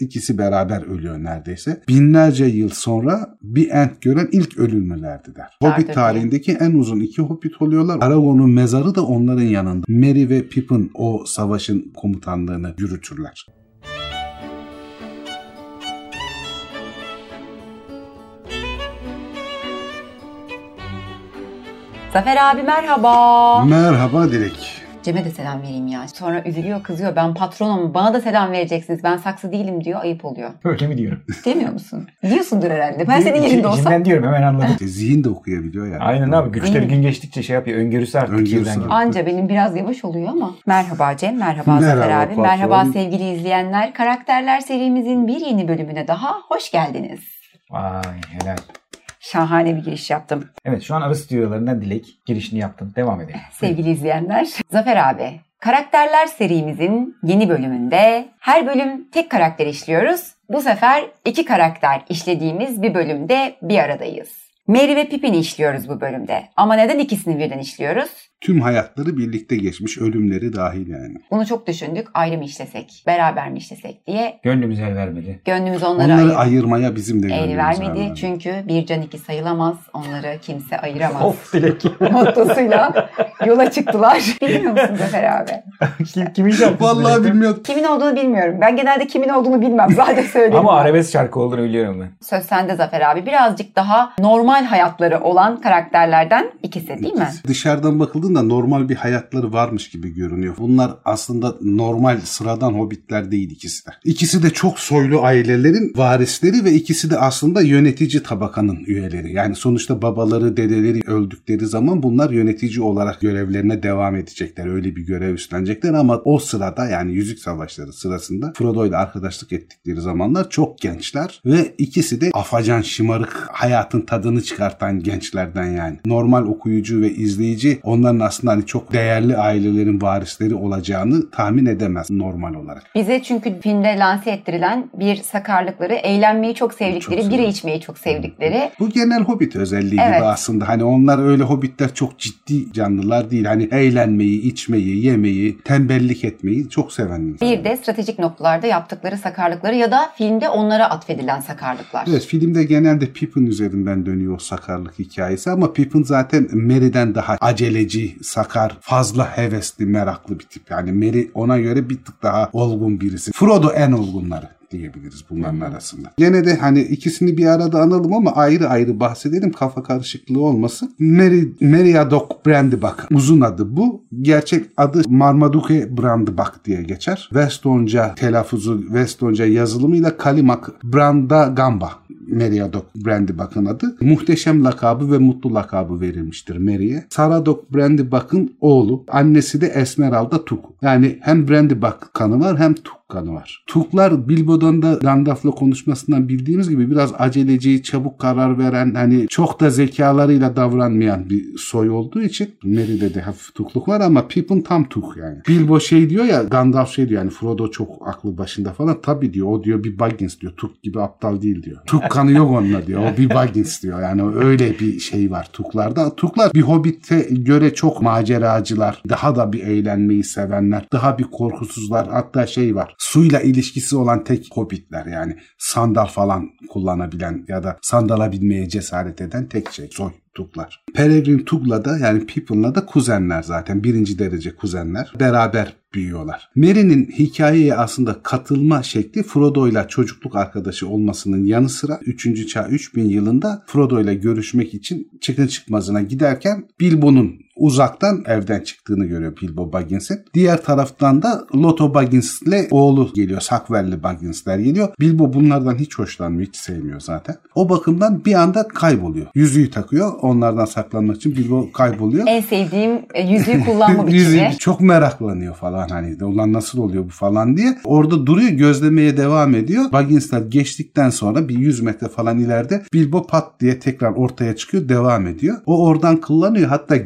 İkisi beraber ölüyor neredeyse. Binlerce yıl sonra bir Ent gören ilk ölümlülerdi der. Hobbit tarihindeki en uzun 2 Hobbit oluyorlar. Aragorn'un mezarı da onların yanında. Merry ve Pippin o savaşın komutanlığını yürütürler. Zafer abi merhaba. Merhaba Dilek. Cem'e de selam vereyim ya. Sonra üzülüyor, kızıyor. Ben patronum, bana da selam vereceksiniz. Ben saksı değilim diyor. Ayıp oluyor. Öyle mi diyorum? Demiyor musun? Diyorsundur herhalde. Ben senin yerinde olsam. İçinden diyorum, hemen anladım. Zihin de okuyabiliyor yani. Aynen abi. Güçleri gün geçtikçe şey yapıyor. Öngörüsü arttı. Anca benim biraz yavaş oluyor ama. Merhaba Cem, merhaba Zafer abi. Patron. Merhaba sevgili izleyenler. Karakterler serimizin bir yeni bölümüne daha hoş geldiniz. Vay helal. Şahane bir giriş yaptım. Evet, şu an Arı Stüdyolarından Dilek girişini yaptın. Devam edelim. Sevgili izleyenler, Zafer abi, Karakterler serimizin yeni bölümünde her bölüm tek karakter işliyoruz. Bu sefer 2 karakter işlediğimiz bir bölümde bir aradayız. Merry ve Pippin'i işliyoruz bu bölümde. Ama neden ikisini birden işliyoruz? Tüm hayatları birlikte geçmiş, ölümleri dahil yani. Bunu çok düşündük. Ayrı mı işlesek, beraber mi işlesek diye. Gönlümüz el vermedi. Gönlümüz onları ayırmaya bizim de el vermedi. Çünkü bir can iki sayılamaz. Onları kimse ayıramaz. Of Dilek. Mottosuyla yola çıktılar. Bilmiyor musun Zafer abi? Kimin şarkısı? Vallahi bilmiyordum. Kimin olduğunu bilmiyorum. Ben genelde kimin olduğunu bilmem. Zaten söyleyeyim. Ama arabesk şarkı olduğunu biliyorum ben. Söz sende Zafer abi. Birazcık daha normal hayatları olan karakterlerden ikisi değil mi? Dışarıdan bakıldığında normal bir hayatları varmış gibi görünüyor. Bunlar aslında normal sıradan hobbitler değil ikisi de. İkisi de çok soylu ailelerin varisleri ve ikisi de aslında yönetici tabakanın üyeleri. Yani sonuçta babaları, dedeleri öldükleri zaman bunlar yönetici olarak görevlerine devam edecekler. Öyle bir görev üstlenecekler ama o sırada yani Yüzük Savaşları sırasında Frodo ile arkadaşlık ettikleri zamanlar çok gençler ve ikisi de afacan, şımarık, hayatın tadını çıkartan gençlerden yani. Normal okuyucu ve izleyici onların aslında hani çok değerli ailelerin varisleri olacağını tahmin edemez normal olarak. Bize çünkü filmde lanse ettirilen bir sakarlıkları, eğlenmeyi çok sevdikleri, bira içmeyi çok sevdikleri. Bu genel hobbit özelliği gibi aslında. Hani onlar öyle hobbitler çok ciddi canlılar değil. Hani eğlenmeyi, içmeyi, yemeyi, tembellik etmeyi çok seven insanlar. Bir de stratejik noktalarda yaptıkları sakarlıkları ya da filmde onlara atfedilen sakarlıklar. Evet, filmde genelde Pippin üzerinden dönüyor o sakarlık hikayesi ama Pippin zaten Merry'den daha aceleci, sakar, fazla hevesli, meraklı bir tip. Yani Merry ona göre bir tık daha olgun birisi. Frodo en olgunları diyebiliriz bunların arasında. Gene de hani ikisini bir arada analım ama ayrı ayrı bahsedelim, kafa karışıklığı olmasın. Meriadoc Brandybuck uzun adı bu. Gerçek adı Marmaduke Brandybuck diye geçer. Westonca telaffuzu, Westonca yazılımıyla Kalimak Brandagamba. Meriadoc Brandybuck'ın adı. Muhteşem lakabı ve mutlu lakabı verilmiştir Merry'e. Saradoc Brandybuck'ın oğlu. Annesi de Esmeralda Tuk. Yani hem Brandybuck kanı var hem Tuk kanı var. Tuklar Bilbo'dan da Gandalf'la konuşmasından bildiğimiz gibi biraz aceleci, çabuk karar veren, hani çok da zekalarıyla davranmayan bir soy olduğu için Merry'de de hafif tukluk var ama Pippin tam tuk yani. Bilbo şey diyor ya, Gandalf şey diyor yani Frodo çok aklı başında falan, tabii diyor o diyor bir Baggins diyor, Tuk gibi aptal değil diyor. Tuk kanı yok onunla diyor, o bir Baggins diyor yani öyle bir şey var Tuklarda. Tuklar bir Hobbit'e göre çok maceracılar, daha da bir eğlenmeyi sevenler, daha bir korkusuzlar, hatta şey var, suyla ilişkisi olan tek hobbitler yani sandal falan kullanabilen ya da sandala binmeye cesaret eden tek şey soy Tuklar. Peregrin Tuk'la da yani Pippin'la da kuzenler zaten, birinci derece kuzenler. Beraber büyüyorlar. Merry'nin hikayeye aslında katılma şekli Frodo'yla çocukluk arkadaşı olmasının yanı sıra 3. Çağ 3000 yılında Frodo'yla görüşmek için çıkın çıkmazına giderken Bilbo'nun uzaktan evden çıktığını görüyor Bilbo Baggins'in. Diğer taraftan da Loto Baggins'le oğlu geliyor. Sackvelli Baggins'ler geliyor. Bilbo bunlardan hiç hoşlanmıyor, hiç sevmiyor zaten. O bakımdan bir anda kayboluyor. Yüzüğü takıyor. Onlardan saklanmak için Bilbo kayboluyor. En sevdiğim yüzüğü kullanma biçimi. Yüzüğü çok meraklanıyor falan, hani ulan nasıl oluyor bu falan diye. Orada duruyor, gözlemeye devam ediyor. Baggins'ler geçtikten sonra bir 100 metre falan ileride Bilbo pat diye tekrar ortaya çıkıyor, devam ediyor. O oradan kullanıyor. Hatta gizli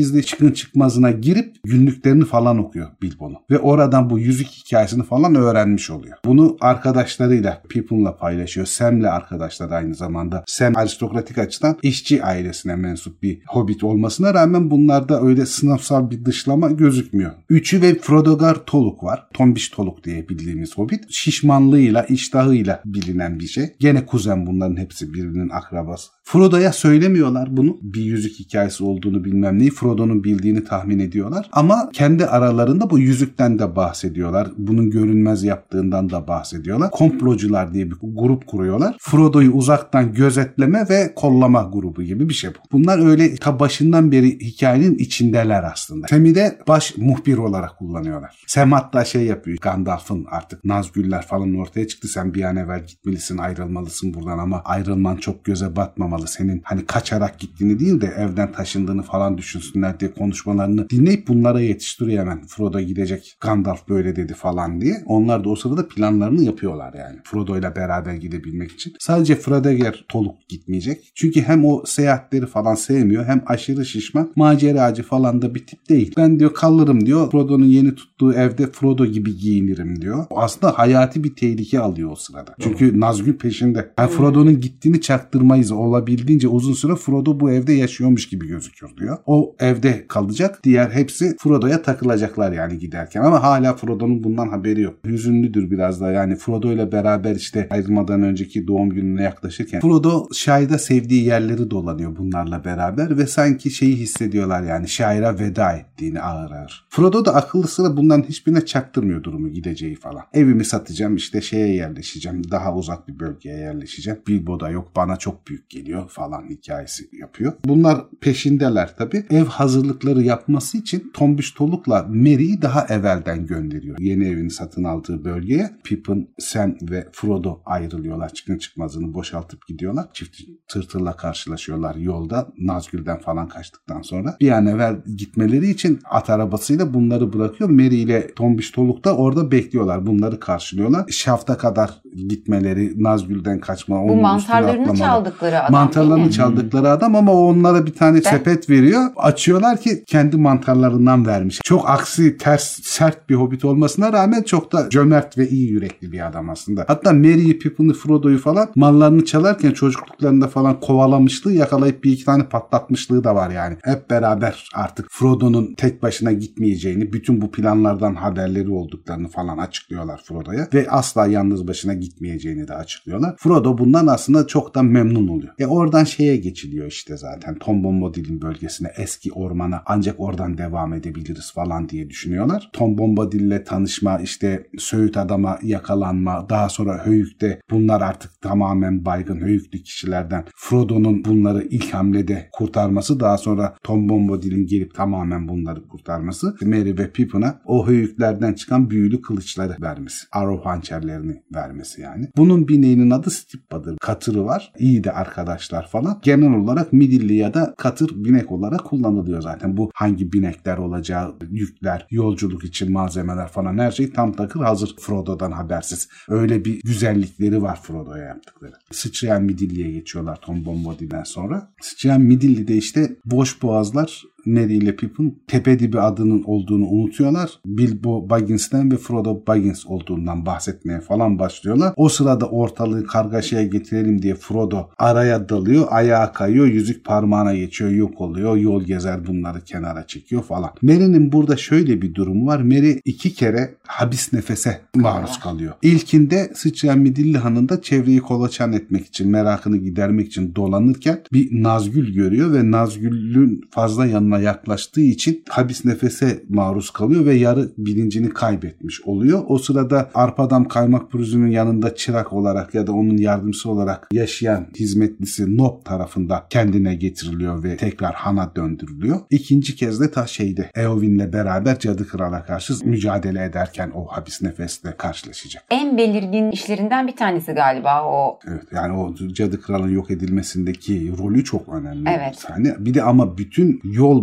gizli çıkın çıkmazına girip günlüklerini falan okuyor Bilbo'nun. Ve oradan bu yüzük hikayesini falan öğrenmiş oluyor. Bunu arkadaşlarıyla, Pippin'la paylaşıyor. Sam'le arkadaşlar aynı zamanda. Sam aristokratik açıdan işçi ailesine mensup bir hobbit olmasına rağmen bunlarda öyle sınıfsal bir dışlama gözükmüyor. Üçü ve Frodogar Toluk var. Tombiş Toluk diye bildiğimiz hobbit. Şişmanlığıyla, iştahıyla bilinen bir şey. Gene kuzen, bunların hepsi birbirinin akrabası. Frodo'ya söylemiyorlar bunu. Bir yüzük hikayesi olduğunu bilmem neyi. Frodo'nun bildiğini tahmin ediyorlar. Ama kendi aralarında bu yüzükten de bahsediyorlar. Bunun görünmez yaptığından da bahsediyorlar. Komplocular diye bir grup kuruyorlar. Frodo'yu uzaktan gözetleme ve kollama grubu gibi bir şey bu. Bunlar öyle ta başından beri hikayenin içindeler aslında. Sam'i de baş muhbir olarak kullanıyorlar. Sam hatta şey yapıyor. Gandalf'ın artık Nazgûl'ler falan ortaya çıktı. Sen bir an evvel gitmelisin, ayrılmalısın buradan ama ayrılman çok göze batmamalı. Senin hani kaçarak gittiğini değil de evden taşındığını falan düşünsünler diye konuşmalarını dinleyip bunlara yetiştiriyor hemen. Frodo gidecek, Gandalf böyle dedi falan diye. Onlar da o sırada planlarını yapıyorlar yani. Frodo ile beraber gidebilmek için. Sadece Frodogar Toluk gitmeyecek. Çünkü hem o seyahatleri falan sevmiyor, hem aşırı şişman, maceracı falan da bir tip değil. Ben diyor kalırım diyor. Frodo'nun yeni tuttuğu evde Frodo gibi giyinirim diyor. Aslında hayati bir tehlike alıyor o sırada. Çünkü Nazgûl peşinde. Yani Frodo'nun gittiğini çaktırmayız. Olabildiğince uzun süre Frodo bu evde yaşıyormuş gibi gözüküyor diyor. O evde kalacak. Diğer hepsi Frodo'ya takılacaklar yani giderken. Ama hala Frodo'nun bundan haberi yok. Hüzünlüdür biraz da. Yani Frodo ile beraber işte ayrılmadan önceki doğum gününe yaklaşırken Frodo şairde sevdiği yerleri dolanıyor bunlarla beraber ve sanki şeyi hissediyorlar yani şaira veda ettiğini ağır ağır. Frodo da akıllı sıra bundan hiçbirine çaktırmıyor durumu, gideceği falan. Evimi satacağım, işte şeye yerleşeceğim, daha uzak bir bölgeye yerleşeceğim. Bilbo da yok, bana çok büyük geliyor falan hikayesi yapıyor. Bunlar peşindeler tabii. Ev hazırlıkları yapması için Tombiş Toluk'la Merry'i daha evvelden gönderiyor. Yeni evini satın aldığı bölgeye. Pippin, Sam ve Frodo ayrılıyorlar. Çıkın çıkmazını boşaltıp gidiyorlar. Çift tırtırla karşılaşıyorlar yolda. Nazgûl'den falan kaçtıktan sonra. Bir an evvel gitmeleri için at arabasıyla bunları bırakıyor. Merry ile Tombiş Toluk da orada bekliyorlar. Bunları karşılıyorlar. Şafta kadar gitmeleri, Nazgûl'den kaçma, bu mantarlarını çaldıkları adam. Mantarlarını çaldıkları adam ama onlara bir tane sepet veriyor. Açıyorlar ki kendi mantarlarından vermiş. Çok aksi, ters, sert bir hobbit olmasına rağmen çok da cömert ve iyi yürekli bir adam aslında. Hatta Merry'i, Pippin'i, Frodo'yu falan mallarını çalarken çocukluklarında falan kovalamışlığı, yakalayıp bir iki tane patlatmışlığı da var yani. Hep beraber artık Frodo'nun tek başına gitmeyeceğini, bütün bu planlardan haberleri olduklarını falan açıklıyorlar Frodo'ya ve asla yalnız başına gitmeyeceğini de açıklıyorlar. Frodo bundan aslında çok da memnun oluyor. Oradan şeye geçiliyor işte zaten. Tom Bombadil'in bölgesine, eski ormana, ancak oradan devam edebiliriz falan diye düşünüyorlar. Tom Bombadil'le tanışma, işte Söğüt Adam'a yakalanma, daha sonra Höyük'te bunlar artık tamamen baygın Höyüklü kişilerden Frodo'nun bunları ilk hamlede kurtarması, daha sonra Tom Bombadil'in gelip tamamen bunları kurtarması, Merry ve Pippin'a o Höyüklerden çıkan büyülü kılıçları vermesi, arrow hançerlerini vermesi yani. Bunun bineğinin adı Stipbadır. Katırı var. İyi de arkadaşlar falan. Genel olarak midilli ya da katır binek olarak kullanılıyor zaten. Bu hangi binekler olacağı, yükler, yolculuk için malzemeler falan, her şey tam takır hazır Frodo'dan habersiz. Öyle bir güzellikleri var Frodo'ya yaptıkları. Sıçrayan midilliye geçiyorlar Tom Bombadil'den sonra. Sıçrayan midilli de işte boş boğazlar Merry ile Pippin tepe dibi adının olduğunu unutuyorlar. Bilbo Baggins'ten ve Frodo Baggins olduğundan bahsetmeye falan başlıyorlar. O sırada ortalığı kargaşaya getirelim diye Frodo araya dalıyor, ayağa kayıyor, yüzük parmağına geçiyor, yok oluyor, yol gezer bunları kenara çekiyor falan. Merry'nin burada şöyle bir durumu var. Merry 2 kere habis nefese maruz kalıyor. İlkinde Sıçrayan Midilli Hanı'nda çevreyi kolaçan etmek için, merakını gidermek için dolanırken bir Nazgûl görüyor ve Nazgûl'ün fazla yanına yaklaştığı için habis nefese maruz kalıyor ve yarı bilincini kaybetmiş oluyor. O sırada Arpadam Kaymak Pürüzü'nün yanında çırak olarak ya da onun yardımcısı olarak yaşayan hizmetlisi Nob tarafından kendine getiriliyor ve tekrar Han'a döndürülüyor. İkinci kez de ta şeyde Eowyn'le beraber Cadı Kral'a karşı mücadele ederken o habis nefesle karşılaşacak. En belirgin işlerinden bir tanesi galiba o. Evet, yani o Cadı Kral'ın yok edilmesindeki rolü çok önemli. Evet. Yani bir de ama bütün yol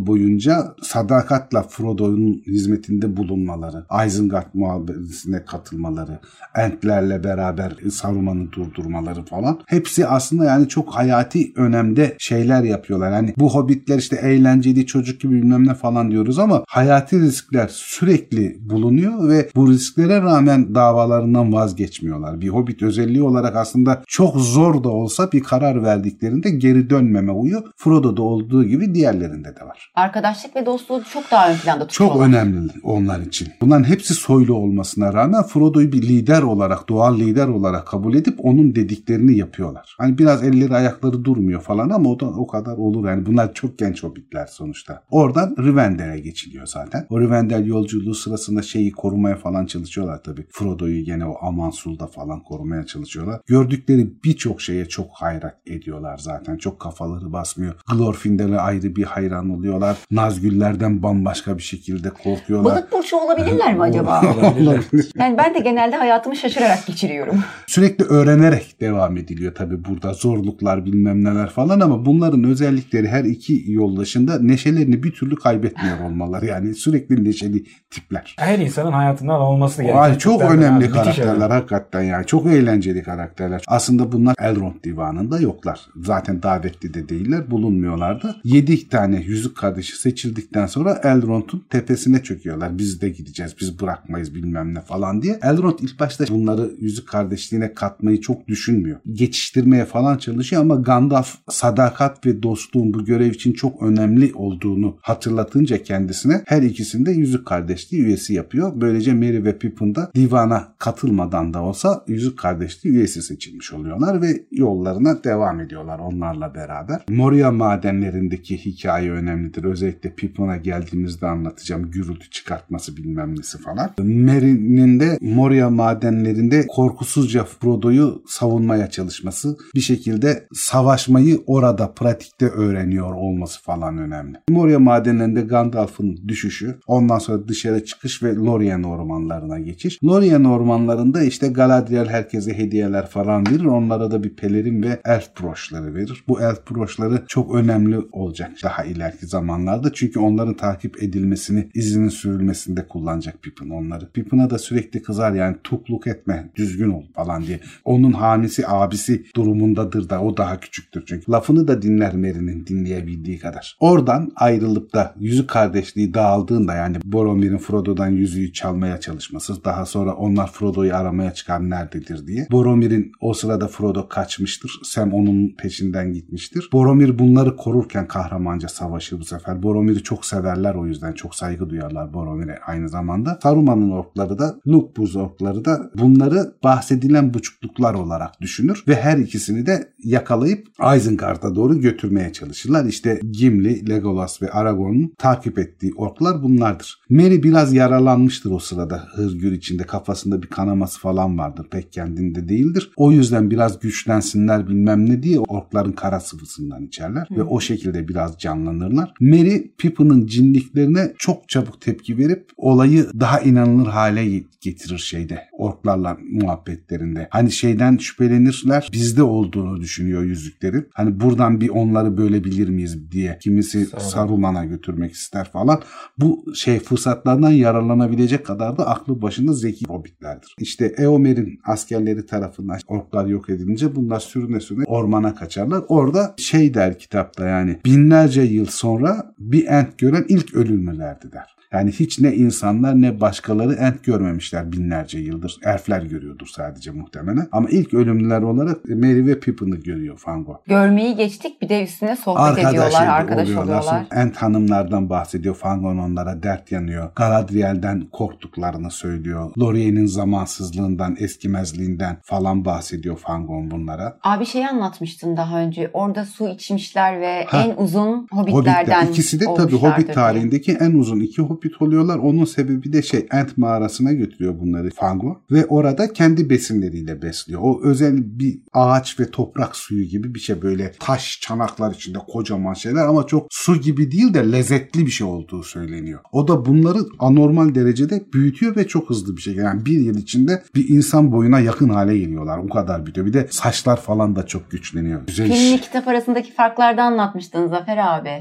yol boyunca sadakatle Frodo'nun hizmetinde bulunmaları, Isengard muhabbetine katılmaları, Ent'lerle beraber Saruman'ı durdurmaları falan. Hepsi aslında yani çok hayati önemde şeyler yapıyorlar. Yani bu hobbitler işte eğlenceli çocuk gibi bilmem ne falan diyoruz ama hayati riskler sürekli bulunuyor ve bu risklere rağmen davalarından vazgeçmiyorlar. Bir hobbit özelliği olarak aslında çok zor da olsa bir karar verdiklerinde geri dönmeme huyu Frodo'da olduğu gibi diğerlerinde de var. Arkadaşlık ve dostluğu çok daha ön planda tutuyorlar. Çok önemli onlar için. Bunların hepsi soylu olmasına rağmen Frodo'yu bir lider olarak, doğal lider olarak kabul edip onun dediklerini yapıyorlar. Hani biraz elleri ayakları durmuyor falan ama o da o kadar olur. Yani bunlar çok genç hobbitler sonuçta. Oradan Rivendell'e geçiliyor zaten. O Rivendell yolculuğu sırasında şeyi korumaya falan çalışıyorlar tabii. Frodo'yu gene o Amansul'da falan korumaya çalışıyorlar. Gördükleri birçok şeye çok hayret ediyorlar zaten. Çok kafaları basmıyor. Glorfindel'e ayrı bir hayran oluyorlar. Nazgüllerden bambaşka bir şekilde korkuyorlar. Balık burcu olabilirler mi acaba? Olabilir. Yani ben de genelde hayatımı şaşırarak geçiriyorum. Sürekli öğrenerek devam ediliyor tabii burada. Zorluklar bilmem neler falan ama bunların özellikleri her iki yoldaşında neşelerini bir türlü kaybetmiyor olmaları. Yani sürekli neşeli tipler. Her insanın hayatından olması gereken. Ay, çok tiplerden önemli abi. Müthiş karakterler adam. hakikaten yani. Çok eğlenceli karakterler. Aslında bunlar Elrond divanında yoklar. Zaten davetli de değiller. Bulunmuyorlar da. 7 tane yüzük kardeşi seçildikten sonra Elrond'un tepesine çöküyorlar. Biz de gideceğiz. Biz bırakmayız bilmem ne falan diye. Elrond ilk başta bunları yüzük kardeşliğine katmayı çok düşünmüyor. Geçiştirmeye falan çalışıyor ama Gandalf sadakat ve dostluğun bu görev için çok önemli olduğunu hatırlatınca kendisine her ikisini de yüzük kardeşliği üyesi yapıyor. Böylece Merry ve Pippin da divana katılmadan da olsa yüzük kardeşliği üyesi seçilmiş oluyorlar ve yollarına devam ediyorlar onlarla beraber. Moria madenlerindeki hikaye önemlidir. Özellikle Pippin'a geldiğimizde anlatacağım. Gürültü çıkartması bilmem nesi falan. Merry'nin de Moria madenlerinde korkusuzca Frodo'yu savunmaya çalışması, bir şekilde savaşmayı orada pratikte öğreniyor olması falan önemli. Moria madenlerinde Gandalf'ın düşüşü, ondan sonra dışarı çıkış ve Lorien ormanlarına geçiş. Lorien ormanlarında işte Galadriel herkese hediyeler falan verir. Onlara da bir pelerin ve elf broşları verir. Bu elf broşları çok önemli olacak daha ileriki zamanlarda. Çünkü onların takip edilmesini, izinin sürülmesinde kullanacak Pippin onları. Pippin'a da sürekli kızar yani tukluk etme, düzgün ol falan diye. Onun hamisi, abisi durumundadır da o daha küçüktür çünkü. Lafını da dinler Merry'nin dinleyebildiği kadar. Oradan ayrılıp da yüzük kardeşliği dağıldığında yani Boromir'in Frodo'dan yüzüğü çalmaya çalışması, daha sonra onlar Frodo'yu aramaya çıkar nerededir diye. Boromir'in o sırada Frodo kaçmıştır. Sam onun peşinden gitmiştir. Boromir bunları korurken kahramanca savaşır bu sefer. Boromir'i çok severler o yüzden. Çok saygı duyarlar Boromir'e aynı zamanda. Saruman'ın orkları da, Lukebuz orkları da bunları bahsedilen buçukluklar olarak düşünür ve her ikisini de yakalayıp Isengard'a doğru götürmeye çalışırlar. İşte Gimli, Legolas ve Aragorn'un takip ettiği orklar bunlardır. Merry biraz yaralanmıştır o sırada. Hırgür içinde kafasında bir kanaması falan vardır. Pek kendinde değildir. O yüzden biraz güçlensinler bilmem ne diye orkların kara sıvısından içerler ve o şekilde biraz canlanırlar. Merry Pippin'in cinliklerine çok çabuk tepki verip olayı daha inanılır hale getirir şeyde. Orklarla muhabbetlerinde. Hani şeyden şüphelenirler. Bizde olduğunu düşünüyor yüzüklerin. Hani buradan bir onları bölebilir miyiz diye. Kimisi Saruman'a götürmek ister falan. Bu fırsatlardan yararlanabilecek kadar da aklı başında zeki hobbitlerdir. İşte Eomer'in askerleri tarafından orklar yok edilince bunlar sürüne sürüne ormana kaçarlar. Orada der kitapta yani binlerce yıl sonra bir Ent gören ilk ölümlülerdi der. Yani hiç ne insanlar ne başkaları Ent görmemişler binlerce yıldır. Elfler görüyordur sadece muhtemelen. Ama ilk ölümlüler olarak Merry ve Pippin'i görüyor Fangorn. Görmeyi geçtik bir de üstüne sohbet ediyorlar, arkadaş oluyorlar. Ent hanımlardan bahsediyor. Fangorn onlara dert yanıyor. Galadriel'den korktuklarını söylüyor. Lorien'in zamansızlığından, eskimezliğinden falan bahsediyor Fangorn bunlara. Abi anlatmıştın daha önce. Orada su içmişler ve en uzun hobbitlerden İkisi de tabii Hobbit tarihindeki en uzun iki hobbit oluyorlar. Onun sebebi de Ent mağarasına götürüyor bunları Fangorn ve orada kendi besinleriyle besliyor. O özel bir ağaç ve toprak suyu gibi bir şey, böyle taş çanaklar içinde kocaman şeyler ama çok su gibi değil de lezzetli bir şey olduğu söyleniyor. O da bunları anormal derecede büyütüyor ve çok hızlı bir şekilde. Yani bir yıl içinde bir insan boyuna yakın hale geliyorlar. O kadar büyütüyor. Bir de saçlar falan da çok güçleniyor. Güzel Filmle kitap arasındaki farkları da anlatmıştın Zafer abi. Helal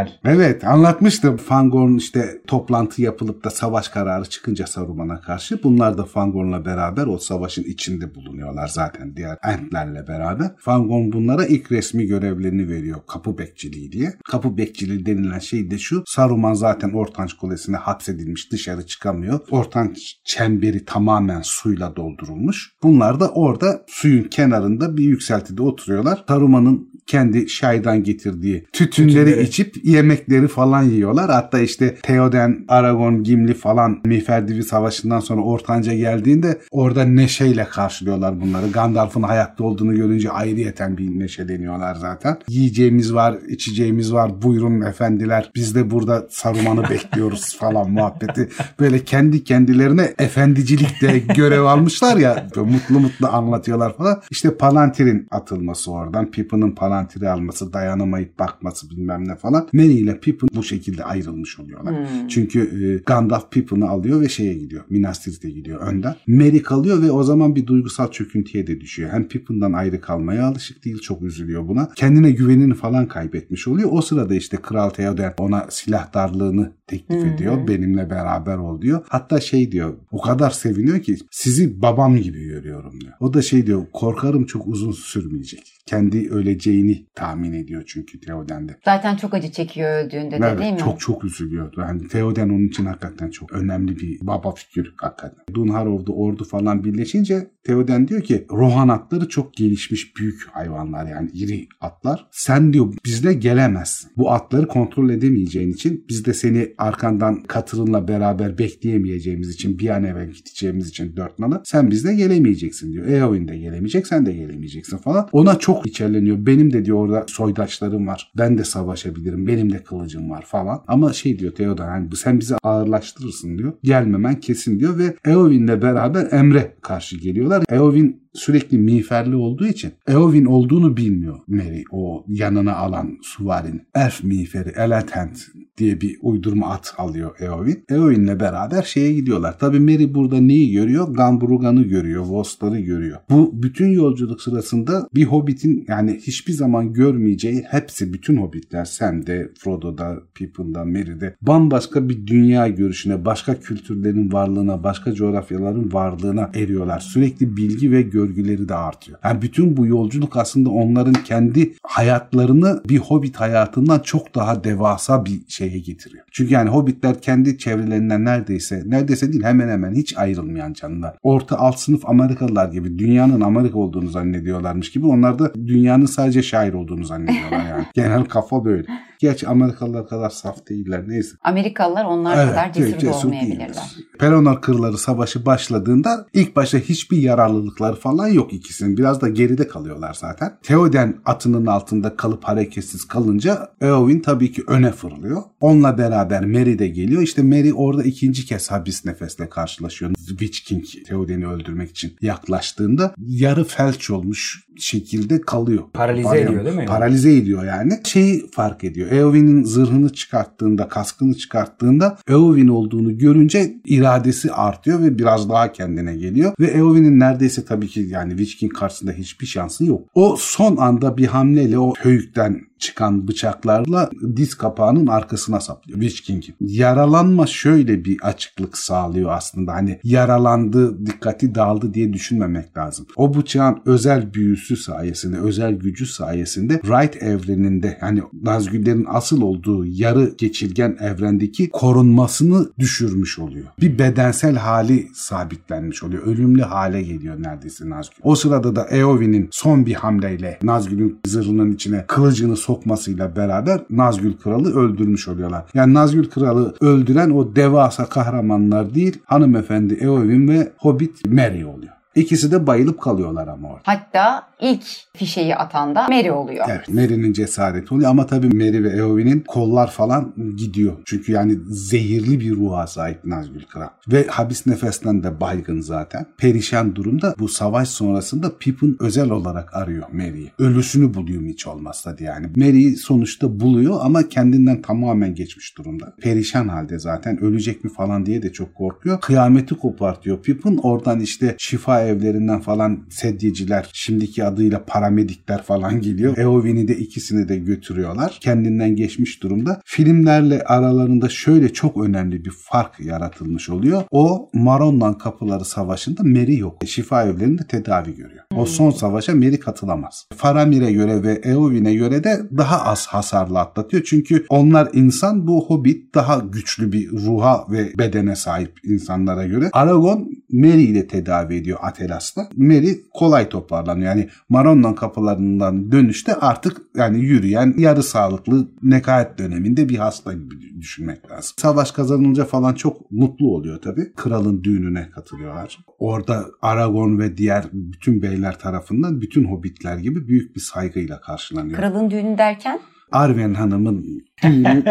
final. Evet, anlatmıştım. Fangorn işte toplantı yapılıp da savaş kararı çıkınca Saruman'a karşı, bunlar da Fangorn'la beraber o savaşın içinde bulunuyorlar zaten diğer Ent'lerle beraber. Fangorn bunlara ilk resmi görevlerini veriyor, kapı bekçiliği diye. Kapı bekçiliği denilen şey de şu: Saruman zaten Ortanç Kulesi'ne hapsedilmiş, dışarı çıkamıyor. Ortanç çemberi tamamen suyla doldurulmuş. Bunlar da orada suyun kenarında bir yükseltide oturuyorlar. Saruman'ın kendi şaydan getirdiği tütünleri içip yemekleri falan yiyorlar. Hatta işte Theoden, Aragorn, Gimli falan Miğferdibi Savaşı'ndan sonra Ortanç'a geldiğinde orada neşeyle karşılıyorlar bunları. Gandalf'ın hayatta olduğunu görünce ayrıyeten bir neşeleniyorlar zaten. Yiyeceğimiz var, içeceğimiz var. Buyurun efendiler, biz de burada Saruman'ı bekliyoruz falan muhabbeti. Böyle kendi kendilerine efendicilikte görev almışlar ya, mutlu mutlu anlatıyorlar falan. İşte Palantir'in atılması oradan. Pippin'in Palantir'i alması, dayanamayıp bakması bilmem ne falan. Merry ile Pippin bu şekilde ayrılmış oluyorlar. Çünkü Gandalf Pippin'i alıyor ve şeye gidiyor. Minas Tirith'e gidiyor önden. Merry kalıyor ve o zaman bir duygusal çöküntüye de düşüyor. Hem Pippin'den ayrı kalmaya alışık değil, çok üzülüyor buna. Kendine güvenini falan kaybetmiş oluyor. O sırada işte Kral Theoden ona silahdarlığını teklif ediyor. Benimle beraber ol diyor. Hatta şey diyor, o kadar seviniyor ki sizi babam gibi görüyorum diyor. O da şey diyor, korkarım çok uzun sürmeyecek. Kendi öleceğini tahmin ediyor çünkü Theoden'de. Zaten çok acı çekiyor öldüğünde de, değil mi? Çok çok üzülüyor. Yani Theoden onun için hakikaten çok önemli bir baba figürü hakikaten. Dunharow'da ordu falan birleşince Theoden diyor ki Rohan atları çok gelişmiş büyük hayvanlar, yani iri atlar. Sen diyor bizle gelemezsin. Bu atları kontrol edemeyeceğin için, biz de seni arkandan katırınla beraber bekleyemeyeceğimiz için, bir an evvel gideceğimiz için dört nala, sen bizle gelemeyeceksin diyor. Eowyn de gelemeyecek, sen de gelemeyeceksin falan. Ona çok içerleniyor. Benim de diyor orada soydaşlarım var. Ben de savaşabilirim. Benim de kılıcım var falan. Ama şey diyor Theoden, hani sen bizi ağırlaştırırsın diyor. Gelmemen kesin diyor ve Eowyn'le beraber Emre karşı geliyorlar. Eowyn sürekli miğferli olduğu için Eowyn olduğunu bilmiyor Merry, o yanına alan suvarinin. Elf miğferi, Elathant diye bir uydurma at alıyor Eowyn. Eowyn'le beraber şeye gidiyorlar. Tabii Merry burada neyi görüyor? Gambrugan'ı görüyor, Vos'ları görüyor. Bu bütün yolculuk sırasında bir Hobbit'in yani hiçbir zaman görmeyeceği, hepsi, bütün Hobbitler, Sam'de, Frodo'da, Pippin'da, Merry'de bambaşka bir dünya görüşüne, başka kültürlerin varlığına, başka coğrafyaların varlığına eriyorlar. Sürekli bilgi ve görgüleri de artıyor. Yani bütün bu yolculuk aslında onların kendi hayatlarını bir Hobbit hayatından çok daha devasa bir şeye getiriyor. Çünkü yani Hobbitler kendi çevrelerinden neredeyse değil, hemen hemen hiç ayrılmayan canlılar. Orta alt sınıf Amerikalılar gibi, dünyanın Amerika olduğunu zannediyorlarmış gibi, onlar da dünyanın sadece şair olduğunu zannediyorlar yani. Genel kafa böyle. Gerçi Amerikalılar kadar saf değiller, neyse. Amerikalılar onlar kadar cesur da olmayabilirler. Pelennor Kırları Savaşı başladığında ilk başta hiçbir yararlılıkları falan yok ikisinin. Biraz da geride kalıyorlar zaten. Theoden atının altında kalıp hareketsiz kalınca Eowyn tabii ki öne fırlıyor. Onunla beraber Merry de geliyor. İşte Merry orada ikinci kez Habis Nefes'le karşılaşıyor. Witch King Theoden'i öldürmek için yaklaştığında yarı felç olmuş şekilde kalıyor. Paralize ediyor değil mi? Paralize ediyor yani. Şeyi fark ediyor. Eowyn'in zırhını çıkarttığında, kaskını çıkarttığında Eowyn olduğunu görünce iradesi artıyor ve biraz daha kendine geliyor. Ve Eowyn'in neredeyse tabii ki yani Witch King karşısında hiçbir şansı yok. O son anda bir hamleyle o höyükten çıkan bıçaklarla diz kapağının arkasına saplıyor Witch King'i. Yaralanma şöyle bir açıklık sağlıyor aslında. Hani yaralandı, dikkati dağıldı diye düşünmemek lazım. O bıçağın özel büyüsü sayesinde, özel gücü sayesinde Wright evreninde, hani Nazgûllerin asıl olduğu yarı geçirgen evrendeki korunmasını düşürmüş oluyor. Bir bedensel hali sabitlenmiş oluyor. Ölümlü hale geliyor neredeyse Nazgûl. O sırada da Eowyn'in son bir hamleyle Nazgûl'ün zırhının içine kılıcını sokmasıyla beraber Nazgûl Kralı öldürmüş oluyorlar. Yani Nazgûl Kralı öldüren o devasa kahramanlar değil, hanımefendi Eowyn ve Hobbit Merry oluyor. İkisi de bayılıp kalıyorlar ama orada. Hatta ilk fişeği atan da Merry oluyor. Evet, Merry'nin cesareti oluyor ama tabii Merry ve Eowyn'in kollar falan gidiyor. Çünkü yani zehirli bir ruha sahip Nazgûl Kral. Ve Habis Nefes'ten de baygın zaten. Perişan durumda. Bu savaş sonrasında Pippin özel olarak arıyor Merry'i. Ölüsünü buluyor hiç olmazsa diye yani. Merry'i sonuçta buluyor ama kendinden tamamen geçmiş durumda. Perişan halde zaten, ölecek mi falan diye de çok korkuyor. Kıyameti kopartıyor Pippin. Oradan işte şifa şifa evlerinden falan sedyeciler, şimdiki adıyla paramedikler falan geliyor. Eowyn'i de ikisini de götürüyorlar. Kendinden geçmiş durumda. Filmlerle aralarında şöyle çok önemli bir fark yaratılmış oluyor. O Maronna'nın Kapıları Savaşı'nda Merry yok. Şifa evlerinde tedavi görüyor. O son savaşa Merry katılamaz. Faramir'e göre ve Eowyn'e göre de daha az hasarla atlatıyor. Çünkü onlar insan, bu Hobbit daha güçlü bir ruha ve bedene sahip insanlara göre. Aragorn Merry ile tedavi ediyor Atelas'la. Merry kolay toparlanıyor. Yani Maronna'nın kapılarından dönüşte artık yani yürüyen, yarı sağlıklı nekaat döneminde bir hasta gibi düşünmek lazım. Savaş kazanınca falan çok mutlu oluyor tabii. Kralın düğününe katılıyorlar. Orada Aragorn ve diğer bütün beyler tarafından bütün hobbitler gibi büyük bir saygıyla karşılanıyor. Kralın düğünü derken? Arwen Hanım'ın düğünü.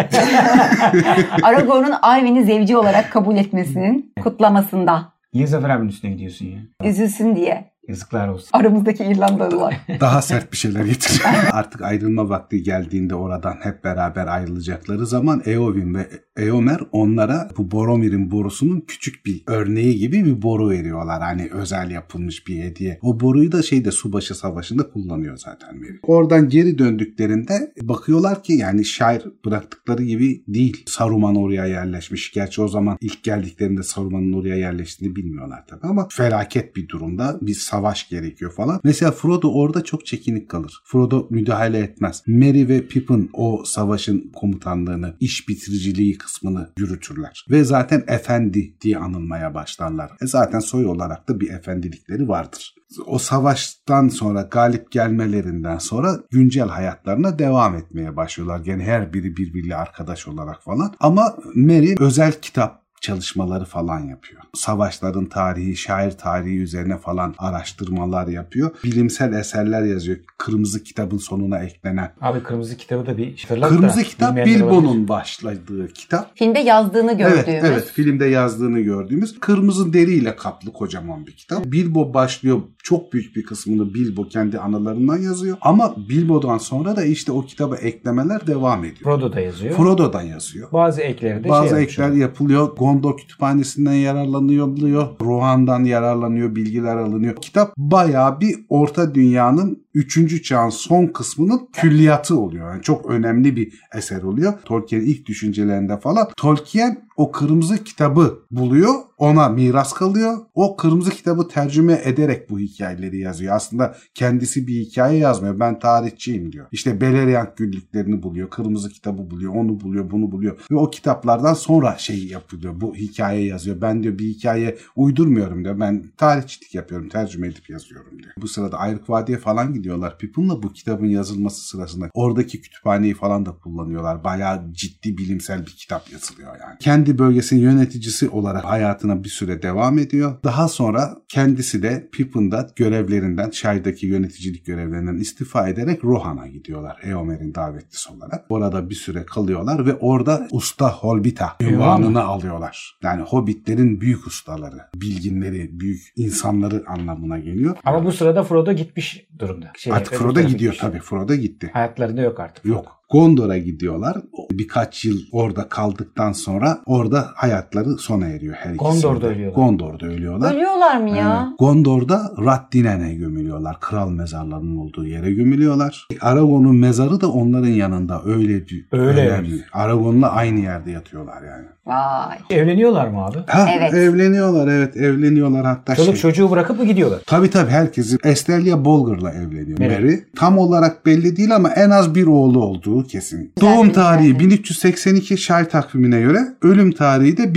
Aragorn'un Arwen'i zevci olarak kabul etmesinin kutlamasında. Niye Zafer abinin üstüne gidiyorsun ya? Üzülsün diye. Yazıklar olsun. Aramızdaki İrlandalılar. Daha sert bir şeyler getiriyor. Artık ayrılma vakti geldiğinde oradan hep beraber ayrılacakları zaman Eowyn ve Eomer onlara bu Boromir'in borusunun küçük bir örneği gibi bir boru veriyorlar. Hani özel yapılmış bir hediye. O boruyu da Subaşı Savaşı'nda kullanıyor zaten Merry. Oradan geri döndüklerinde bakıyorlar ki yani şair bıraktıkları gibi değil. Saruman oraya yerleşmiş. Gerçi o zaman ilk geldiklerinde Saruman'ın oraya yerleştiğini bilmiyorlar tabii ama felaket bir durumda. Bir savaş gerekiyor falan. Mesela Frodo orada çok çekinik kalır. Frodo müdahale etmez. Merry ve Pippin o savaşın komutanlığını, iş bitiriciliği kısmını yürütürler. Ve zaten efendi diye anılmaya başlarlar. Zaten soy olarak da bir efendilikleri vardır. O savaştan sonra, galip gelmelerinden sonra güncel hayatlarına devam etmeye başlıyorlar. Gene her biri birbiriyle arkadaş olarak falan. Ama Merry özel kitap çalışmaları falan yapıyor. Savaşların tarihi, şair tarihi üzerine falan araştırmalar yapıyor. Bilimsel eserler yazıyor. Kırmızı Kitabın sonuna eklenen. Abi Kırmızı Kitabı da bir Kırmızı Kitap Bilbo'nun başladığı kitap. Filmde yazdığını gördüğümüz. Evet, filmde yazdığını gördüğümüz kırmızı deriyle kaplı kocaman bir kitap. Bilbo başlıyor. Çok büyük bir kısmını Bilbo kendi anılarından yazıyor. Ama Bilbo'dan sonra da işte o kitaba eklemeler devam ediyor. Frodo da yazıyor. Bazı ekler yapılıyor. Gondor Kütüphanesi'nden yararlanıyor. Rohan'dan yararlanıyor. Bilgiler alınıyor. Kitap bayağı bir Orta Dünya'nın 3. çağın son kısmının külliyatı oluyor. Yani çok önemli bir eser oluyor. Tolkien'in ilk düşüncelerinde falan. Tolkien o kırmızı kitabı buluyor. Ona miras kalıyor. O kırmızı kitabı tercüme ederek bu hikayeleri yazıyor. Aslında kendisi bir hikaye yazmıyor. Ben tarihçiyim diyor. İşte Beleriand güllüklerini buluyor. Kırmızı kitabı buluyor. Onu buluyor. Bunu buluyor. Ve o kitaplardan sonra yapılıyor. Bu hikaye yazıyor. Ben diyor bir hikaye uydurmuyorum diyor. Ben tarihçilik yapıyorum. Tercüme edip yazıyorum diyor. Bu sırada Ayrık Vadi'ye falan gidiyorlar. Pippin'la bu kitabın yazılması sırasında. Oradaki kütüphaneyi falan da kullanıyorlar. Bayağı ciddi bilimsel bir kitap yazılıyor yani. Kendi bölgesinin yöneticisi olarak hayatına bir süre devam ediyor. Daha sonra kendisi de Pippin'da görevlerinden, şahirdeki yöneticilik görevlerinden istifa ederek Rohan'a gidiyorlar. Eomer'in davetlisi olarak. Orada bir süre kalıyorlar ve orada Usta Holbita ünvanını alıyorlar. Yani hobbitlerin büyük ustaları, bilginleri, büyük insanları anlamına geliyor. Ama bu sırada Frodo gitmiş durumda. Artık Frodo gidiyor tabii. Frodo gitti. Hayatlarında yok artık. Yok. Gondor'a gidiyorlar. Birkaç yıl orada kaldıktan sonra orada hayatları sona eriyor her ikisi. Gondor'da ölüyorlar. Ölüyorlar mı ya? Gondor'da Rathdine'ne gömülüyorlar. Kral mezarlarının olduğu yere gömülüyorlar. Aragorn'un mezarı da onların yanında. Öyle önemli. Aragorn'la aynı yerde yatıyorlar yani. Vay. Evleniyorlar mı abi? Evet. Evleniyorlar hatta. Çoluk çocuğu bırakıp mı gidiyorlar? Tabii herkesi. Estelia Bolger'la evleniyor. Merry. Tam olarak belli değil ama en az bir oğlu olduğu kesin. Doğum tarihi 1382 şair takvimine göre, ölüm tarihi de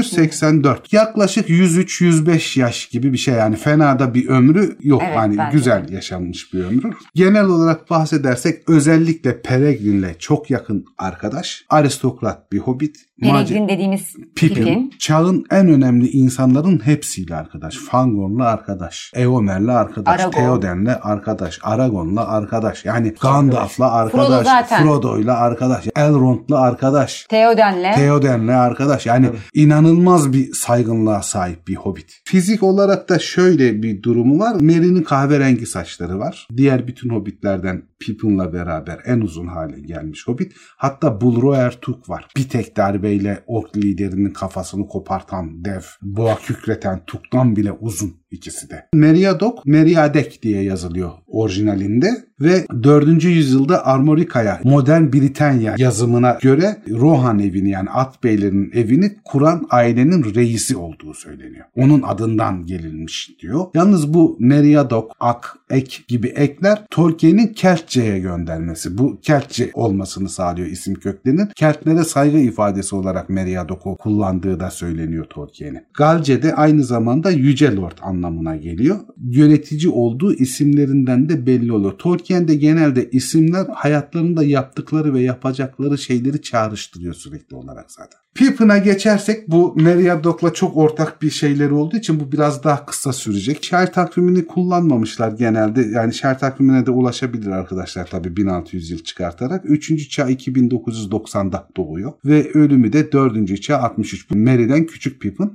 1484. Yaklaşık 103-105 yaş gibi bir şey yani. Fena da bir ömrü yok. Evet, güzel yaşanmış bir ömrü. Genel olarak bahsedersek özellikle Peregrine'le çok yakın arkadaş. Aristokrat bir hobbit. Peregrin dediğimiz Pippin. Çağın en önemli insanların hepsiyle arkadaş. Fangorn'la arkadaş. Eomer'le arkadaş. Theoden'le arkadaş. Aragorn'la arkadaş. Yani Gandalf'la arkadaş. Frodo'yla arkadaş. Elrond'la arkadaş. Theoden'le arkadaş. Yani inanılmaz bir saygınlığa sahip bir hobbit. Fizik olarak da şöyle bir durumu var. Merry'nin kahverengi saçları var. Diğer bütün hobbitlerden Pippin'la beraber en uzun hale gelmiş hobbit. Hatta Bulroer Tuk var. Bir tek darbeyle ork liderinin kafasını kopartan dev, boğa kükreten Tuk'tan bile uzun ikisi de. Meriadoc, Meriadec diye yazılıyor orijinalinde ve 4. yüzyılda Armorica'ya, modern Britanya yazımına göre Rohan evini, yani at beylerinin evini kuran ailenin reisi olduğu söyleniyor. Onun adından gelinmiş diyor. Yalnız bu Meriadoc, Ak, Ek gibi ekler Tolkien'in Keltçe'ye göndermesi. Bu Keltçe olmasını sağlıyor isim köklerinin. Keltlere saygı ifadesi olarak Meriadoc'u kullandığı da söyleniyor Tolkien'in. Galce'de aynı zamanda Yüce Lord anlamına geliyor. Yönetici olduğu isimlerinden de belli oluyor. Tolkien'de genelde isimler hayatlarında yaptıkları ve yapacakları şeyleri çağrıştırıyor sürekli olarak zaten. Pippin'a geçersek, bu Meriadoc'la çok ortak bir şeyleri olduğu için bu biraz daha kısa sürecek. Şair takvimini kullanmamışlar genelde. Yani şair takvimine de ulaşabilir arkadaşlar tabii 1600 yıl çıkartarak. 3. çağ 2990'da doğuyor ve ölümü de 4. çağ 63. Merry'den küçük Pippin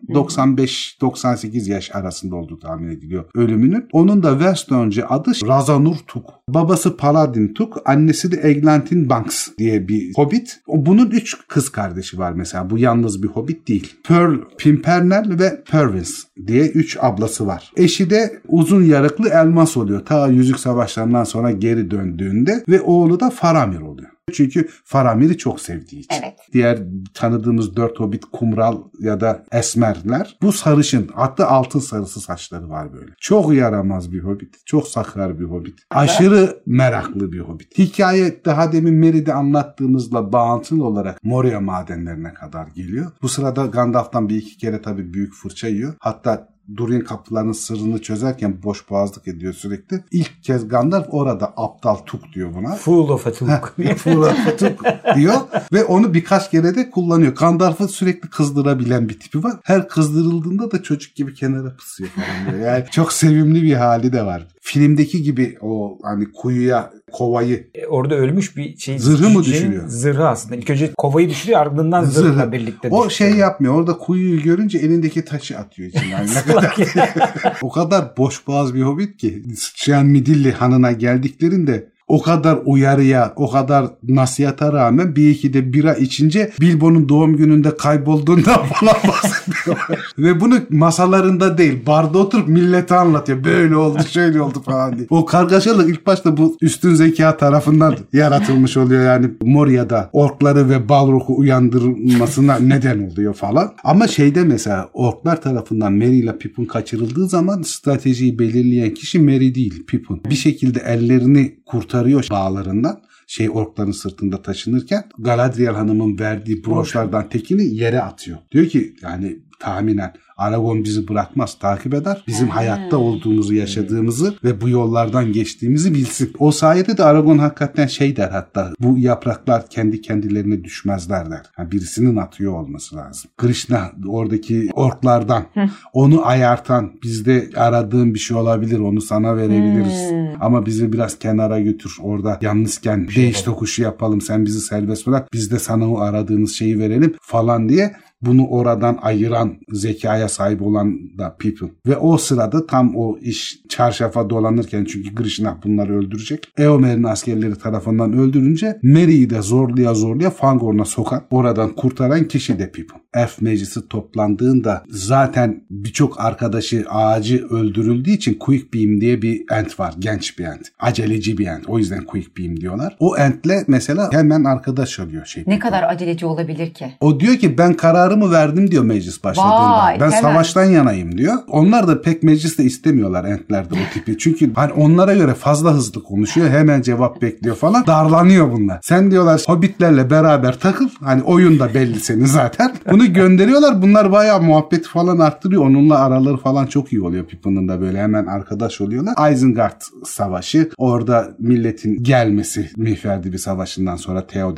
95-98 yaş arasında olduğu tahmin ediliyor ölümünün. Onun da Westeron'cu adı Razanur Tuk. Babası Paladin Tuk, annesi de Eglantin Banks diye bir hobbit. Bunun 3 kız kardeşi var mesela. Bu yalnız bir hobbit değil. Pearl, Pimpernel ve Pervins diye 3 ablası var. Eşi de uzun yarıklı Elmas oluyor. Ta Yüzük Savaşlarından sonra geri döndüğünde ve oğlu da Faramir oluyor. Çünkü Faramir'i çok sevdiği için. Evet. Diğer tanıdığımız 4 hobbit kumral ya da esmerler. Bu sarışın, hatta altın sarısı saçları var böyle. Çok yaramaz bir hobbit. Çok sakar bir hobbit. Aşırı meraklı bir hobbit. Hikaye daha demin Merry'de anlattığımızla bağıntılı olarak Moria madenlerine kadar geliyor. Bu sırada Gandalf'tan bir iki kere tabii büyük fırça yiyor. Hatta Durin kapılarının sırrını çözerken boş boğazlık ediyor sürekli. İlk kez Gandalf orada aptal Tuk diyor buna. Fool of a Tuk. Fool of a Tuk diyor ve onu birkaç kere de kullanıyor. Gandalf'ı sürekli kızdırabilen bir tipi var. Her kızdırıldığında da çocuk gibi kenara pısıyor falan diyor. Yani çok sevimli bir hali de var. Filmdeki gibi o hani kuyuya kovayı. Orada ölmüş bir şey. Zırhı mı düşürüyor? Zırhı aslında. İlk önce kovayı düşürüyor, ardından zırhla birlikte o şey yapmıyor. Orada kuyuyu görünce elindeki taşı atıyor içine. Yani ne kadar o kadar boşboğaz bir hobbit ki. Sıçrayan Midilli hanına geldiklerinde o kadar uyarıya, o kadar nasihata rağmen bir iki de bira içince Bilbo'nun doğum gününde kaybolduğundan falan bahsediyor. Ve bunu masalarında değil, barda oturup millete anlatıyor. Böyle oldu, şöyle oldu falan diye. O kargaşalık ilk başta bu üstün zeka tarafından yaratılmış oluyor. Yani Moria'da orkları ve Balrog'u uyandırmasına neden oluyor falan. Ama şeyde mesela orklar tarafından Merry ile Pippin kaçırıldığı zaman stratejiyi belirleyen kişi Merry değil, Pippin. Bir şekilde ellerini kurtarıyor bağlarından, orkların sırtında taşınırken Galadriel Hanım'ın verdiği broşlardan tekini yere atıyor. Diyor ki yani tahminen Aragorn bizi bırakmaz, takip eder. Bizim hayatta olduğumuzu, yaşadığımızı ve bu yollardan geçtiğimizi bilsin. O sayede de Aragorn hakikaten der, hatta bu yapraklar kendi kendilerine düşmezler der. Yani birisinin atıyor olması lazım. Krishna oradaki orklardan onu ayartan, bizde aradığın bir şey olabilir, onu sana verebiliriz. Ama bizi biraz kenara götür. Orada yalnızken değiş tokuşu yapalım. Sen bizi serbest bırak. Biz de sana o aradığınız şeyi verelim falan diye. Bunu oradan ayıran zekaya sahip olan da Pippin. Ve o sırada tam o iş çarşafa dolanırken, çünkü Grishna bunları öldürecek. Eomer'in askerleri tarafından öldürünce Merry'i de zorlaya Fangorn'a sokan, oradan kurtaran kişi de Pippin. Elf meclisi toplandığında zaten birçok arkadaşı, ağacı öldürüldüğü için Quick Beam diye bir ent var. Genç bir ent. Aceleci bir ent. O yüzden Quick Beam diyorlar. O entle mesela hemen arkadaş oluyor. Ne kadar aceleci olabilir ki? O diyor ki ben kararımı verdim diyor meclis başladığında. Ben savaştan yanayım diyor. Onlar da pek mecliste istemiyorlar entlerde o tipi. Çünkü hani onlara göre fazla hızlı konuşuyor. Hemen cevap bekliyor falan. Darlanıyor bunlar. Sen diyorlar hobbitlerle beraber takıl. Hani oyun da belli senin zaten. Bunu gönderiyorlar. Bunlar bayağı muhabbeti falan arttırıyor. Onunla araları falan çok iyi oluyor. Pippin'in de böyle hemen arkadaş oluyorlar. Isengard Savaşı. Orada milletin gelmesi, Miğferdi bir savaşından sonra Theoden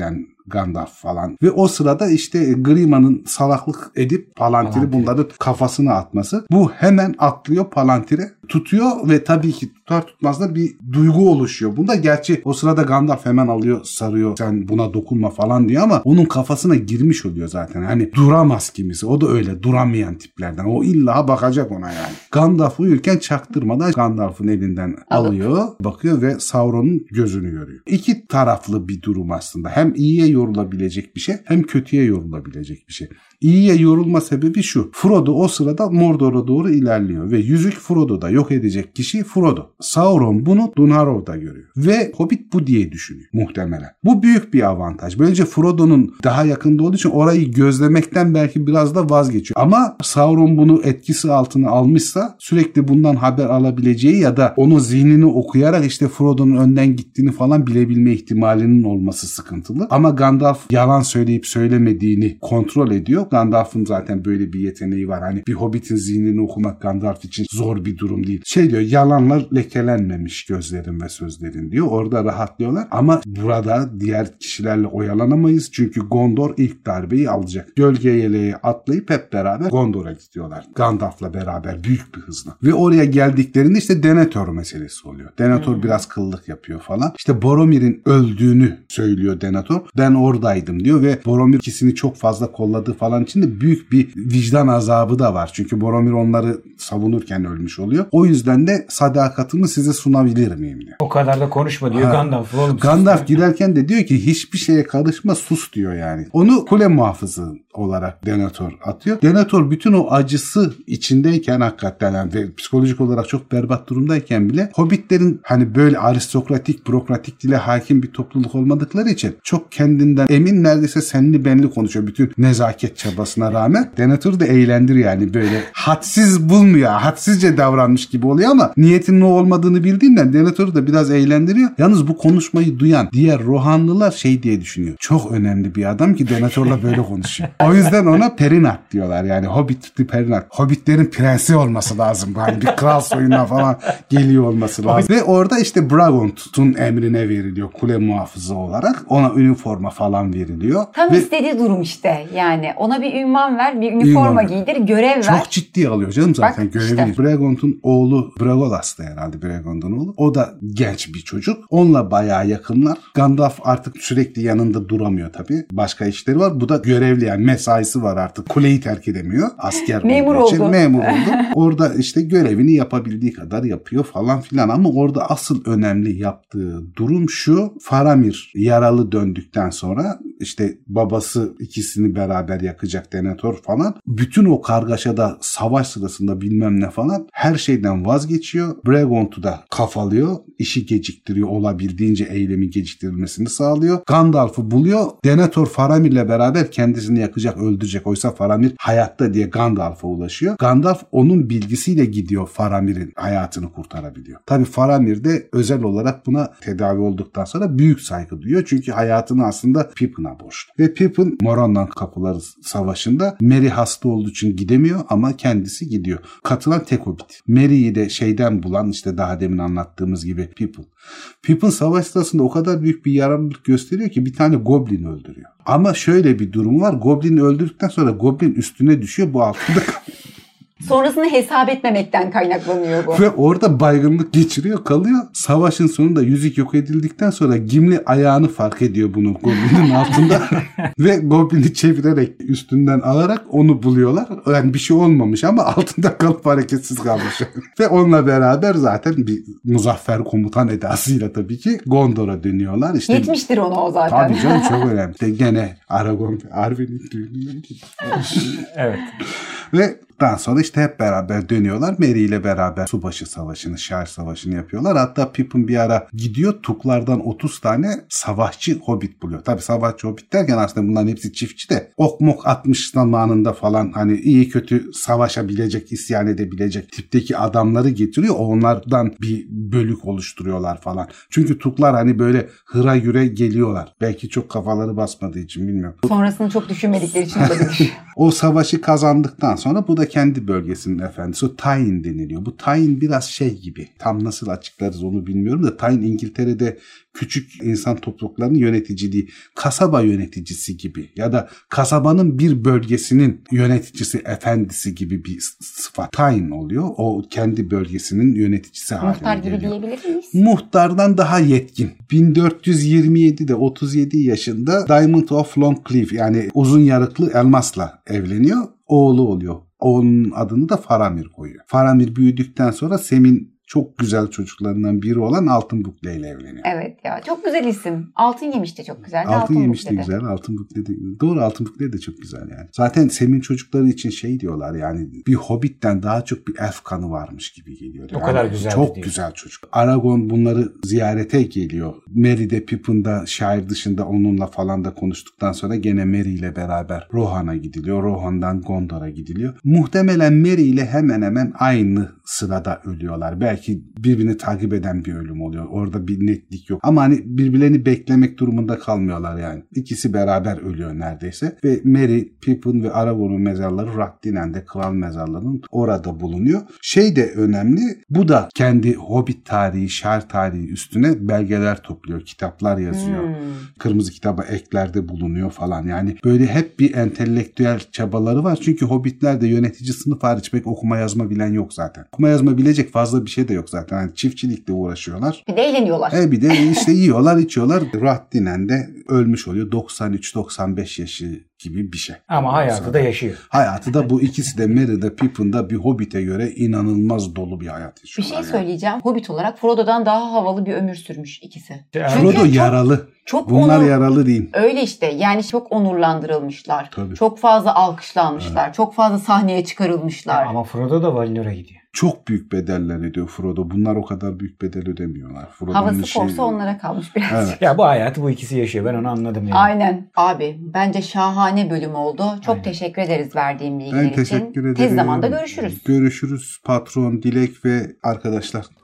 Gandalf falan. Ve o sırada işte Grima'nın salaklık edip Palantir'i bunların kafasına atması. Bu hemen atlıyor Palantir'e, tutuyor ve tabii ki tutar tutmaz da bir duygu oluşuyor. Bunda gerçi o sırada Gandalf hemen alıyor, sarıyor, sen buna dokunma falan diyor ama onun kafasına girmiş oluyor zaten. Hani duramaz kimisi. O da öyle duramayan tiplerden. O illa bakacak ona yani. Gandalf uyurken çaktırmadan Gandalf'ın elinden alıyor, bakıyor ve Sauron'un gözünü görüyor. İki taraflı bir durum aslında. Hem iyiye yorulabilecek bir şey, hem kötüye yorulabilecek bir şey. İyiye yorulma sebebi şu: Frodo o sırada Mordor'a doğru ilerliyor ve yüzük Frodo'da, yok edecek kişi Frodo. Sauron bunu Dunharro'da görüyor ve Hobbit bu diye düşünüyor muhtemelen. Bu büyük bir avantaj. Böylece Frodo'nun daha yakında olduğu için orayı gözlemekten belki biraz da vazgeçiyor. Ama Sauron bunu etkisi altına almışsa sürekli bundan haber alabileceği ya da onun zihnini okuyarak işte Frodo'nun önden gittiğini falan bilebilme ihtimalinin olması sıkıntılı. Ama Gandalf yalan söyleyip söylemediğini kontrol ediyor. Gandalf'ın zaten böyle bir yeteneği var. Hani bir Hobbit'in zihnini okumak Gandalf için zor bir durum değil. Diyor, yalanlar lekelenmemiş gözlerin ve sözlerin diyor. Orada rahatlıyorlar ama burada diğer kişilerle oyalanamayız. Çünkü Gondor ilk darbeyi alacak. Gölge yeleği atlayıp hep beraber Gondor'a gidiyorlar. Gandalf'la beraber büyük bir hızla. Ve oraya geldiklerinde işte Denethor meselesi oluyor. Denethor biraz kıllık yapıyor falan. İşte Boromir'in öldüğünü söylüyor Denethor. Ben oradaydım diyor ve Boromir ikisini çok fazla kolladığı falan için de büyük bir vicdan azabı da var. Çünkü Boromir onları savunurken ölmüş oluyor. O yüzden de sadakatimi size sunabilir miyim diyor. O kadar da konuşma diyor Gandalf. Gandalf giderken de diyor ki hiçbir şeye karışma, sus diyor yani. Onu kule muhafızı olarak Denethor atıyor. Denethor bütün o acısı içindeyken hakikaten yani ve psikolojik olarak çok berbat durumdayken bile Hobbitlerin hani böyle aristokratik, bürokratik dile hakim bir topluluk olmadıkları için çok kendinden emin, neredeyse senli benli konuşuyor bütün nezaket çabasına rağmen. Denethor da eğlendir yani, böyle hadsiz bulmuyor. Hadsizce davranmış gibi oluyor ama niyetinin o olmadığını bildiğinden Denethor'u da biraz eğlendiriyor. Yalnız bu konuşmayı duyan diğer Rohanlılar şey diye düşünüyor. Çok önemli bir adam ki Denethor'la böyle konuşuyor. O yüzden ona Perinat diyorlar. Yani Hobbit'li Perinat. Hobbitlerin prensi olması lazım. Yani bir kral soyundan falan geliyor olması lazım. Ve orada işte Bragont'un emrine veriliyor kule muhafızı olarak. Ona üniforma falan veriliyor. Tam istediği durum işte. Yani ona bir ünvan ver, bir üniforma giydir, görev ver. Çok ciddi alıyor canım zaten görevi. İşte. Bragont'un oğlu Bragolas da herhalde Bragont'un oğlu. O da genç bir çocuk. Onunla bayağı yakınlar. Gandalf artık sürekli yanında duramıyor tabii. Başka işleri var. Bu da görevli yani mesaisi var artık. Kuleyi terk edemiyor. Asker memur olduğu için oldu. Memur oldu. Orada işte görevini yapabildiği kadar yapıyor falan filan ama orada asıl önemli yaptığı durum şu: Faramir yaralı döndükten sonra işte babası ikisini beraber yakacak Denethor falan. Bütün o kargaşada savaş sırasında bilmem ne falan her şeyden vazgeçiyor. Bragont'u da kafalıyor. İşi geciktiriyor. Olabildiğince eylemi geciktirilmesini sağlıyor. Gandalf'ı buluyor. Denethor Faramir'le beraber kendisini yakacak, öldürecek. Oysa Faramir hayatta diye Gandalf'a ulaşıyor. Gandalf onun bilgisiyle gidiyor, Faramir'in hayatını kurtarabiliyor. Tabii Faramir de özel olarak buna tedavi olduktan sonra büyük saygı duyuyor. Çünkü hayatını aslında Pippin'a borçlu. Ve Pippin Moron'dan Kapıları Savaşı'nda Merry hasta olduğu için gidemiyor ama kendisi gidiyor. Katılan tek Hobbit. Merry'i de şeyden bulan işte daha demin anlattığımız gibi Pippin. Pippin savaş sırasında o kadar büyük bir yararlılık gösteriyor ki bir tane Goblin öldürüyor. Ama şöyle bir durum var. Goblin'i öldürdükten sonra Goblin üstüne düşüyor. Bu altında Sonrasını hesap etmemekten kaynaklanıyor bu. Ve orada baygınlık geçiriyor, kalıyor. Savaşın sonunda yüzük yok edildikten sonra Gimli ayağını fark ediyor bunu Goblin'in altında. Ve Goblin'i çevirerek üstünden alarak onu buluyorlar. Yani bir şey olmamış ama altında kalıp hareketsiz kalmış. Ve onunla beraber zaten bir muzaffer komutan edasıyla tabii ki Gondor'a dönüyorlar. İşte, yetmiştir ona o zaten. Tabii canım, çok önemli. İşte gene Aragorn ve Arwen'in düğününden Evet. Ve daha sonra işte hep beraber dönüyorlar. Merry ile beraber Subaşı Savaşı'nı, Şer Savaşı'nı yapıyorlar. Hatta Pippin bir ara gidiyor, Tuklardan 30 tane savaşçı hobbit buluyor. Tabii savaşçı hobbit derken aslında bunların hepsi çiftçi de ok mok atmış zamanında falan hani iyi kötü savaşabilecek, isyan edebilecek tipteki adamları getiriyor. Onlardan bir bölük oluşturuyorlar falan. Çünkü Tuklar hani böyle hıra yüre geliyorlar. Belki çok kafaları basmadığı için bilmiyorum. Sonrasını çok düşünmedikleri için olabilir. O savaşı kazandıktan sonra bu da da kendi bölgesinin efendisi. O Tayin deniliyor. Bu Tayin biraz şey gibi. Tam nasıl açıklarız onu bilmiyorum da Tayin İngiltere'de küçük insan topluluklarının yöneticiliği, kasaba yöneticisi gibi ya da kasabanın bir bölgesinin yöneticisi, efendisi gibi bir sıfat. Tayin oluyor. O kendi bölgesinin yöneticisi haline Muhtar gibi geliyor. diyebilir miyiz? Muhtardan daha yetkin. 1427'de 37 yaşında Diamond of Longcliff yani uzun yarıklı elmasla evleniyor. Oğlu oluyor. Oğlunun adını da Faramir koyuyor. Faramir büyüdükten sonra Sem'in çok güzel çocuklarından biri olan Altın Bukle ile evleniyor. Evet ya, çok güzel isim. Altın Yemiş de çok güzel. Altın Yemiş de güzel. Altın Bukle de doğru, Altın Bukle de çok güzel yani. Zaten Sem'in çocukları için şey diyorlar yani bir Hobbit'ten daha çok bir elf kanı varmış gibi geliyor. O kadar güzel. Çok güzel çocuk. Aragorn bunları ziyarete geliyor. Merry'de Pippin'da şair dışında onunla falan da konuştuktan sonra gene Merry ile beraber Rohan'a gidiliyor. Rohan'dan Gondor'a gidiliyor. Muhtemelen Merry ile hemen hemen aynı sırada ölüyorlar. Belki birbirini takip eden bir ölüm oluyor. Orada bir netlik yok. Ama hani birbirlerini beklemek durumunda kalmıyorlar yani. İkisi beraber ölüyor neredeyse. Ve Merry, Pippin ve Aragorn'un mezarları Rathdinen'de kral mezarlarının orada bulunuyor. Şey de önemli. Bu da kendi Hobbit tarihi, şair tarihi üstüne belgeler topluyor. Kitaplar yazıyor. Kırmızı kitaba eklerde bulunuyor falan. Yani böyle hep bir entelektüel çabaları var. Çünkü Hobbitler de yönetici sınıf hariç pek okuma yazma bilen yok zaten. Okuma yazma bilecek fazla bir şey de yok zaten. Yani çiftçilikle uğraşıyorlar. Bir de eğleniyorlar. Bir de işte yiyorlar, içiyorlar. Rathdinen'de ölmüş oluyor. 93-95 yaşı gibi bir şey. Ama hayatı da yaşıyor. Hayatı da bu ikisi de Merry'de, Pippin'da bir Hobbit'e göre inanılmaz dolu bir hayat Bir yaşıyorlar. şey söyleyeceğim. Hobbit olarak Frodo'dan daha havalı bir ömür sürmüş ikisi. Frodo yaralı. Bunlar yaralı değil. Öyle işte. Yani çok onurlandırılmışlar. Tabii. Çok fazla alkışlanmışlar. Evet. Çok fazla sahneye çıkarılmışlar. Ama Frodo da Valinor'a gidiyor. Çok büyük bedeller ödüyor Frodo. Bunlar o kadar büyük bedel ödemiyorlar. Havası forsa onlara kalmış biraz. Evet. Ya bu hayatı bu ikisi yaşıyor. Ben onu anladım yani. Aynen. Abi bence şahane bölüm oldu. Çok teşekkür ederiz verdiğin bilgiler için. Ben teşekkür ederim. Tez zamanda görüşürüz. Görüşürüz patron, Dilek ve arkadaşlar.